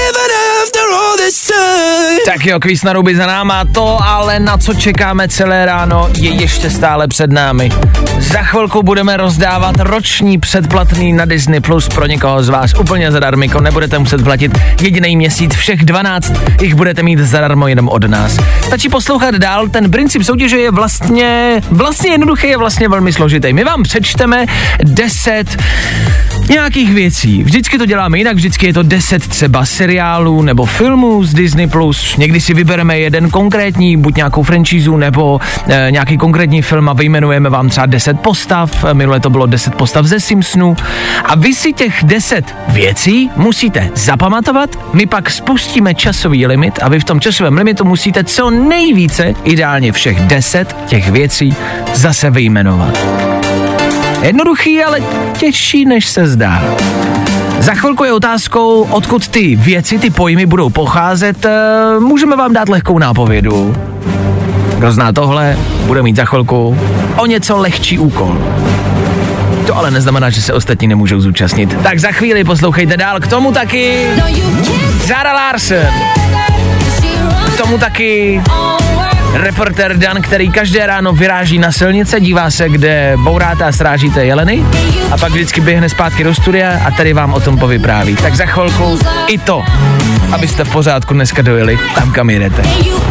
Tak jo, kvíz na ruby za náma, to ale na co čekáme celé ráno je ještě stále před námi. Za chvilku budeme rozdávat roční předplatný na Disney Plus pro někoho z vás úplně zadarmiko, nebudete muset platit jediný měsíc, všech dvanáct jich budete mít zadarmo jenom od nás. Stačí poslouchat dál, ten princip soutěže je vlastně, vlastně jednoduchý, je vlastně velmi složitý. My vám přečteme deset nějakých věcí. Vždycky to děláme jinak, vždycky je to deset třeba seriálů nebo filmů z Disney Plus. Někdy si vybereme jeden konkrétní, buď nějakou franšízu nebo e, nějaký konkrétní film a vyjmenujeme vám třeba deset postav. Minule to bylo deset postav ze Simpsonů. A vy si těch deset věcí musíte zapamatovat, my pak spustíme časový limit a vy v tom časovém limitu musíte co nejvíce, ideálně všech deset těch věcí zase vyjmenovat. Jednoduchý, ale těžší, než se zdá. Za chvilku je otázkou, odkud ty věci, ty pojmy budou pocházet. Můžeme vám dát lehkou nápovědu. Kdo zná tohle, bude mít za chvilku o něco lehčí úkol. To ale neznamená, že se ostatní nemůžou zúčastnit. Tak za chvíli poslouchejte dál, k tomu taky Zara Larsson. K tomu taky reportér Dan, který každé ráno vyráží na silnice, dívá se, kde bouráte a srážíte jeleny a pak vždycky běhne zpátky do studia a tady vám o tom povypráví. Tak za chvilku i to, abyste v pořádku dneska dojeli tam, kam jedete.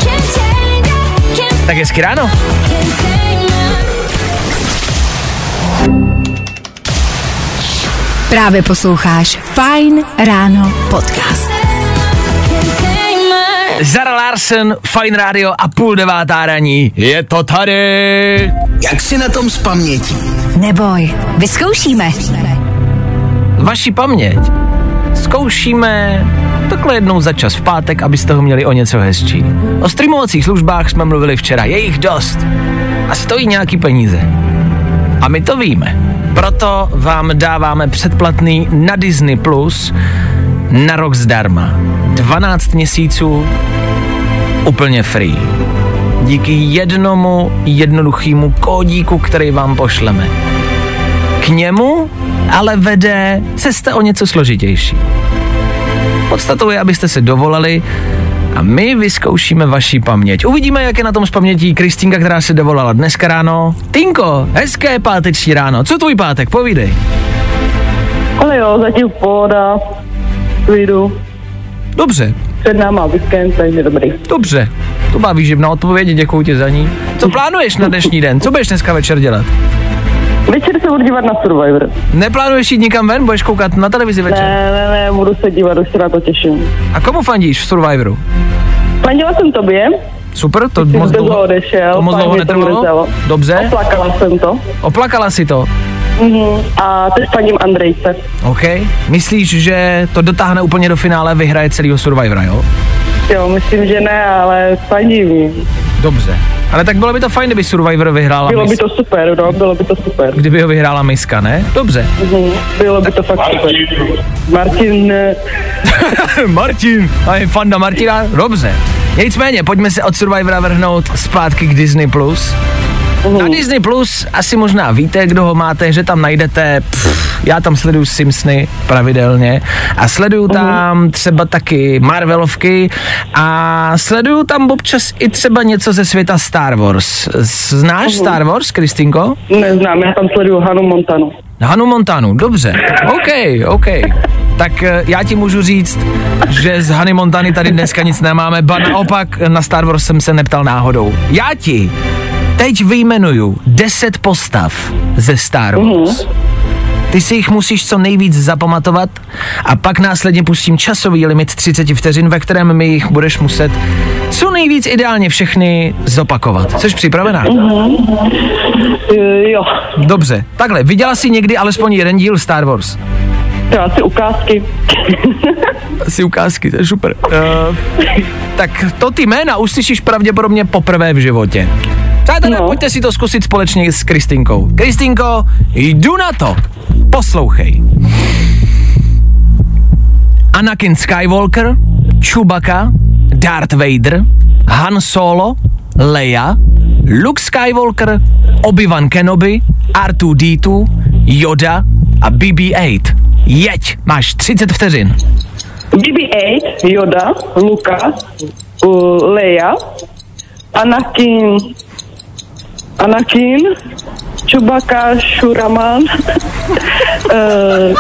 Tak hezky ráno. Právě posloucháš Fajn ráno podcast. Zara Larsson, Fajn rádio a půl devátá raní. Je to tady. Jak si na tom s pamětí? Neboj, vyzkoušíme. Vaši paměť zkoušíme takhle jednou za čas v pátek, abyste ho měli o něco hezčí. O streamovacích službách jsme mluvili včera, je jich dost a stojí nějaký peníze. A my to víme. Proto vám dáváme předplatný na Disney Plus na rok zdarma. dvanáct měsíců úplně free. Díky jednomu jednoduchému kódíku, který vám pošleme. K němu ale vede cesta o něco složitější. Podstatou je, abyste se dovolali a my vyzkoušíme vaši paměť. Uvidíme, jak je na tom s pamětí Kristýnka, která se dovolala dneska ráno. Tinko, hezké páteční ráno. Co tvůj pátek? Povídej. Ale jo, zatím pohoda, klidu. Dobře. Před náma víkend, takže dobrý. Dobře. To má výživná odpověď, děkuji ti za ní. Co plánuješ na dnešní den? Co budeš dneska večer dělat? Večer se budu dívat na Survivor. Neplánuješ jít nikam ven? Budeš koukat na televizi večer? Ne, ne, ne, budu se dívat, už se na to těším. A komu fandíš v Survivoru? Fandila jsem tobě. Super, to moc dlouho, odešel, to moc dlouho netrvalo. Dobře. Oplakala jsem to. Oplakala si to? Mhm. A teď fandím Andrejce. OK. Myslíš, že to dotáhne úplně do finále, vyhraje celýho Survivora, jo? Jo, myslím, že ne, ale fandím. Dobře. Ale tak bylo by to fajn, kdyby Survivor vyhrála Bylo mis... by to super, no, bylo by to super. Kdyby ho vyhrála Miska, ne? Dobře. Mhm. Bylo by to fakt super. Martin... Martin. A je fanda Martina? Dobře. Nicméně, pojďme se od Survivora vrhnout zpátky k Disney Plus. Na Disney Plus asi možná víte, kdo ho máte, že tam najdete, pff, já tam sleduju Simpsony pravidelně a sleduju tam třeba taky Marvelovky a sleduju tam občas i třeba něco ze světa Star Wars. Znáš uh-huh. Star Wars, Kristýnko? Neznám, já tam sleduju Hanu Montanu. Hanu Montanu, dobře, OK, OK. Tak já ti můžu říct, že z Hany Montany tady dneska nic nemáme, ba naopak na Star Wars jsem se neptal náhodou. Já ti teď vyjmenuju deset postav ze Star Wars. Ty si jich musíš co nejvíc zapamatovat a pak následně pustím časový limit třicet vteřin, ve kterém mi jich budeš muset co nejvíc ideálně všechny zopakovat. Jsi připravená? Uh-huh. Uh, jo. Dobře, takhle, viděla jsi někdy alespoň jeden díl Star Wars? To asi ukázky. Asi ukázky, to je super. Uh, tak to ty jména uslyšíš pravděpodobně poprvé v životě. Přátelé, no. Pojďte si to zkusit společně s Kristinkou. Kristinko, jdu na to. Poslouchej. Anakin Skywalker, Chewbacca, Darth Vader, Han Solo, Leia, Luke Skywalker, Obi-Wan Kenobi, R dva D dva, Yoda a B B osm. Jeď, máš třicet vteřin. B B osm, Yoda, Lukas, uh, Leia, Anakin, Anakin, Chewbacca, Shuraman, uh,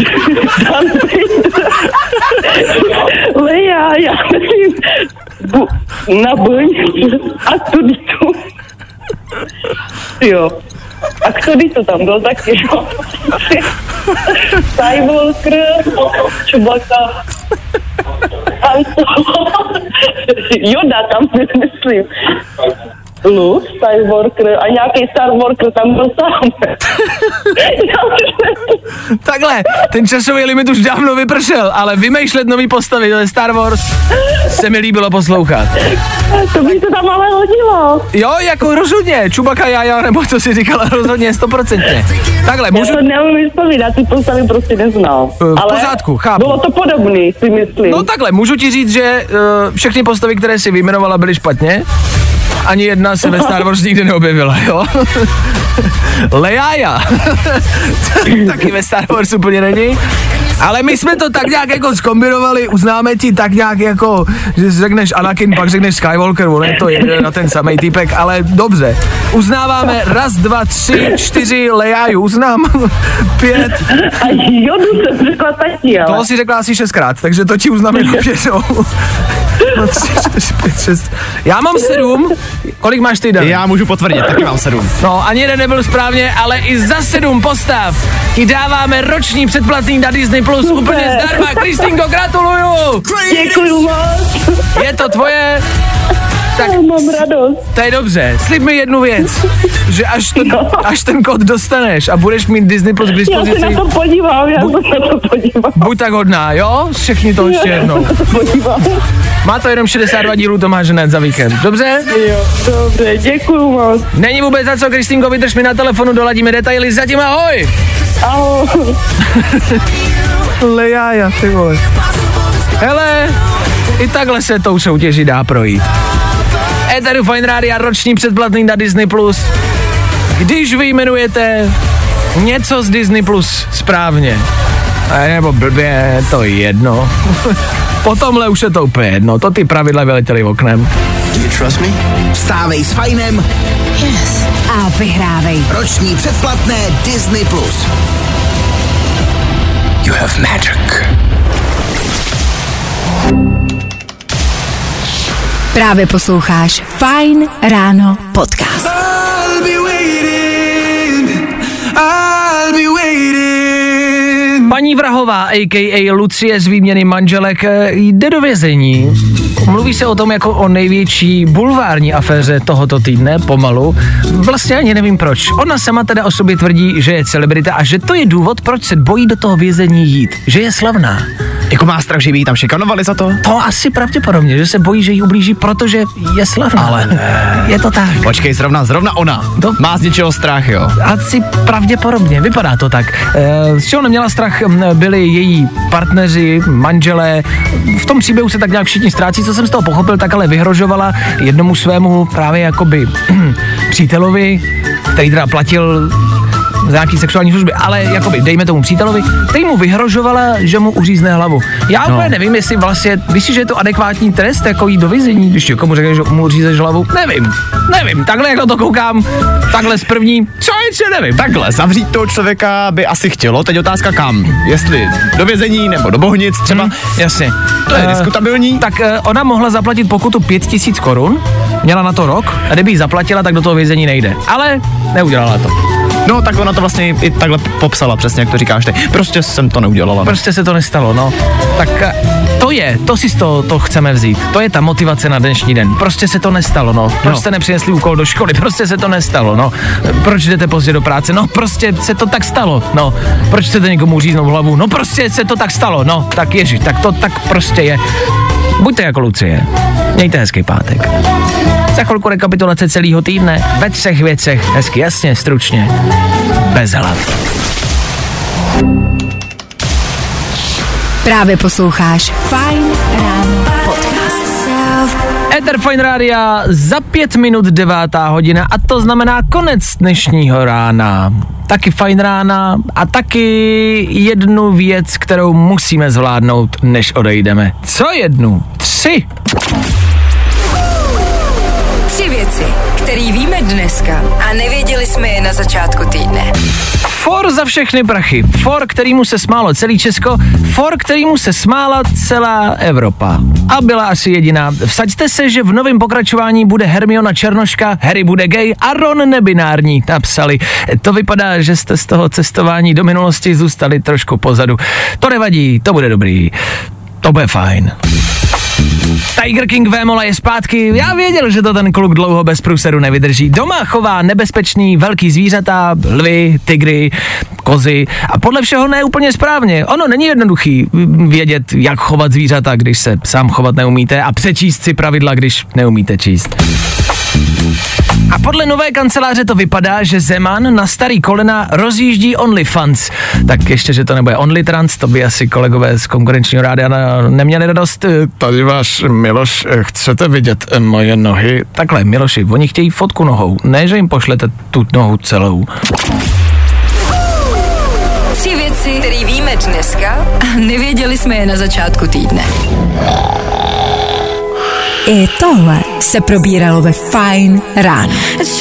Leia, já nevím, bu, Nabuň, a tudy tu. Jo. A který to tam byl taky, jo? Skywalker, Chewbacca, Han Solo, Yoda tam myslím. Luke, Skywalker a nějaký Star Walker tam byl sám. Takhle, ten časový limit už dávno vypršel, ale vymýšlet nový postavy, to je Star Wars, se mi líbilo poslouchat. To by se tam ale hodilo. Jo, jako rozhodně, Chewbacca, Jaja, nebo co jsi říkala, rozhodně, stoprocentně. Takhle, můžu... Já to neumím vzpomínat, ty postavy prostě neznal. V ale pořádku, chápu. Bylo to podobný, si myslím. No takhle, můžu ti říct, že uh, všechny postavy, které si vyjmenovala, byly špatně. Ani jedna se ve Star Wars nikdy neobjevila, jo? Leia taky ve Star Wars úplně není. Ale my jsme to tak nějak jako zkombinovali, uznáme ti tak nějak jako, že řekneš Anakin, pak řekneš Skywalker, on je to jeden na ten samej týpek, ale dobře. Uznáváme raz, dva, tři, čtyři, Leiaju, uznám. Pět. A Jodu jsem řekla taky, ale. To si řekla asi šestkrát, takže to ti uznám jenom pětou. No, tři, čtyři, pět, šest. Já mám sedm. Kolik máš ty, Dan? Já můžu potvrdit, taky mám sedm. No, ani jeden nebyl správně, ale i za sedm postav ti dáváme roční předplatný na Disney Plus úplně zdarma. Kristinko, gratuluju! Děkuju moc. Je to tvoje. Tak, mám radost. To je dobře. Slib mi jednu věc, že až ten, no. až ten kód dostaneš a budeš mít Disney Plus k dispozici. Já se na to podívám, já buď, se na to podívám. Buď tak hodná, jo? Všechny to ještě jednou. Má to jenom šedesát dva dílů, to máš hned za víkend. Dobře? Jo, dobře, děkuju moc. Není vůbec za co, Kristinko, vydrž mi na telefonu, doladíme detaily. Zatím ahoj! Ahoj. Lejája, ty vole. Hele, i takhle se tou soutěži dá projít. Eteru Fine Rádia, roční předplatný na Disney Plus. Když vyjmenujete něco z Disney Plus správně, nebo blbě, to je jedno. Potomhle už je to úplně jedno, to ty pravidla vyletěly oknem. Do you trust me? Vstávej s Fajnem. Yes. A vyhrávej. Roční předplatné Disney Plus. You have magic. Právě posloucháš Fajn ráno podcast. I'll be waiting, I'll be waiting. Paní Vrahová, a k a. Lucie z výměny manželek, jde do vězení. Mluví se o tom jako o největší bulvární aféře tohoto týdne, pomalu. Vlastně ani nevím proč. Ona sama teda o sobě tvrdí, že je celebrita a že to je důvod, proč se bojí do toho vězení jít. Že je slavná. Jako má strach, že by jí tam šikanovali za to? To asi pravděpodobně, že se bojí, že jí ublíží, protože je slavná. Ale je to tak. Počkej, zrovna, zrovna ona. To? Má z něčeho strach, jo? Asi pravděpodobně, vypadá to tak. E, z čeho neměla strach, byli její partneři, manželé. V tom příběhu se tak nějak všichni ztrácí, co jsem z toho pochopil, tak ale vyhrožovala jednomu svému právě jakoby přítelovi, který teda platil za nějaký sexuální služby, ale jakoby dejme tomu přítelovi, který mu vyhrožovala, že mu uřízne hlavu. Já no. úplně nevím, jestli vlastně, myslíš, že je to adekvátní trest, jako jít do vězení, když někomu řekneš, že mu uřízeš hlavu? Nevím, nevím, takhle jak na to koukám, takhle z první, co ještě nevím. Takhle, zavřít toho člověka by asi chtělo, teď otázka kam, jestli do vězení nebo do Bohnic třeba. Hmm, jasně. To je uh, diskutabilní. Tak uh, ona mohla zaplatit pokutu pět tisíc korun, měla na to rok a kdyby ji zaplatila, tak do toho vězení nejde, ale neudělala to. No, tak ona to vlastně i takhle popsala, přesně jak to říkáš ty. Prostě jsem to neudělala. Prostě se to nestalo, no. Tak to je, to si z toho to chceme vzít. To je ta motivace na dnešní den. Prostě se to nestalo, no. Proč no. jste nepřinesli úkol do školy? Prostě se to nestalo, no. Proč jdete pozdě do práce? No, prostě se to tak stalo, no. Proč chcete někomu říznout hlavu? No, prostě se to tak stalo, no. Tak ježi, tak to tak prostě je. Buďte jako Lucie. Mějte hezký pátek. Za chvilku rekapitulace celého týdne ve třech věcech, hezky jasně, stručně, bez hlav. Právě posloucháš Fajn ráno podcast. Ether Fine Rádia za pět minut devátá hodina a to znamená konec dnešního rána. Taky fajn rána a taky jednu věc, kterou musíme zvládnout, než odejdeme. Co jednu? Tři. Tři věci, které víme dneska a nevěděli jsme je na začátku týdne. For za všechny prachy. For, kterýmu se smálo celý Česko. For, kterýmu se smála celá Evropa. A byla asi jediná. Vsaďte se, že v novém pokračování bude Hermiona černoška, Harry bude gay a Ron nebinární, napsali. To vypadá, že jste z toho cestování do minulosti zůstali trošku pozadu. To nevadí, to bude dobrý. To bude fajn. Tiger King Vémola je zpátky, já věděl, že to ten kluk dlouho bez průseru nevydrží. Doma chová nebezpečný velký zvířata, lvy, tygry, kozy a podle všeho ne úplně správně. Ono není jednoduchý vědět, jak chovat zvířata, když se sám chovat neumíte a přečíst si pravidla, když neumíte číst. A podle nové kanceláře to vypadá, že Zeman na starý kolena rozjíždí OnlyFans. Tak ještě, že to nebude OnlyTrans, to by asi kolegové z konkurenčního rádia neměli radost. Tady váš Miloš, chcete vidět moje nohy? Takhle, Miloši, oni chtějí fotku nohou, ne, že jim pošlete tu nohu celou. Tři věci, které víme dneska a nevěděli jsme je na začátku týdne. I tohle se probíralo ve Fajn ráno.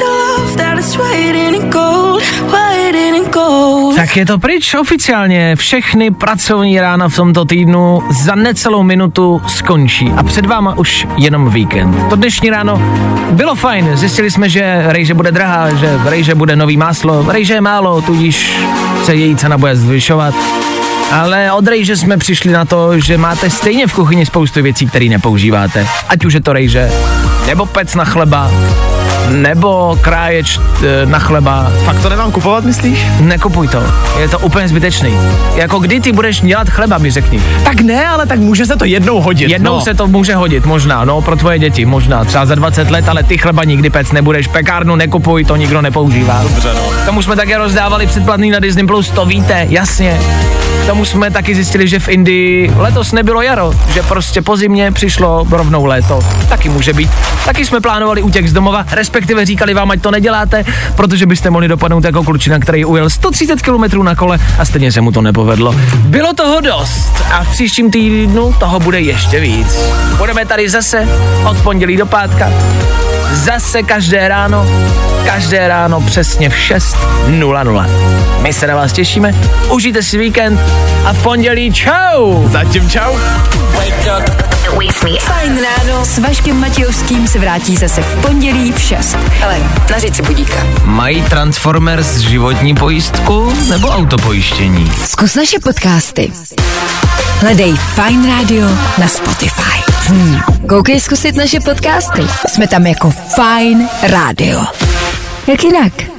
Tak je to pryč oficiálně. Všechny pracovní rána v tomto týdnu za necelou minutu skončí a před váma už jenom víkend. To dnešní ráno bylo fajn. Zjistili jsme, že rejže bude drahá, že rejže bude nový máslo. Rejže je málo, tudíž se její cena bude zvyšovat. Ale od rejže jsme přišli na to, že máte stejně v kuchyni spoustu věcí, které nepoužíváte. Ať už je to rejže, nebo pec na chleba, nebo kráječ e, na chleba. Fakt to nemám kupovat, myslíš? Nekupuj to, je to úplně zbytečný. Jako kdy ty budeš dělat chleba, mi řekni. Tak ne, ale tak může se to jednou hodit. Jednou no. se to může hodit, možná, no pro tvoje děti, možná, třeba za dvacet let, ale ty chleba nikdy pec nebudeš, pekárnu nekupuj, to nikdo nepoužívá. Dobře, no. Tomu jsme také rozdávali předplatný na Disney Plus, to víte, jasně. K tomu jsme taky zjistili, že v Indii letos nebylo jaro, že prostě po zimě přišlo rovnou léto. Taky může být. Taky jsme plánovali útěk z domova, respektive říkali vám, ať to neděláte, protože byste mohli dopadnout jako klučina, který ujel sto třicet kilometrů na kole a stejně se mu to nepovedlo. Bylo toho dost a v příštím týdnu toho bude ještě víc. Budeme tady zase od pondělí do pátka. Zase každé ráno, každé ráno přesně v šest nula nula. My se na vás těšíme, užijte si víkend a v pondělí čau! Zatím čau! Fajn ráno s Vaškem Matějovským se vrátí zase v pondělí v šest. Ale nařiď si budíka. Mají Transformers životní pojistku nebo autopojištění? Zkus naše podcasty. Hledej Fajn rádio na Spotify. Hmm. Koukej zkusit naše podcasty. Jsme tam jako Fajn rádio. Jak jinak?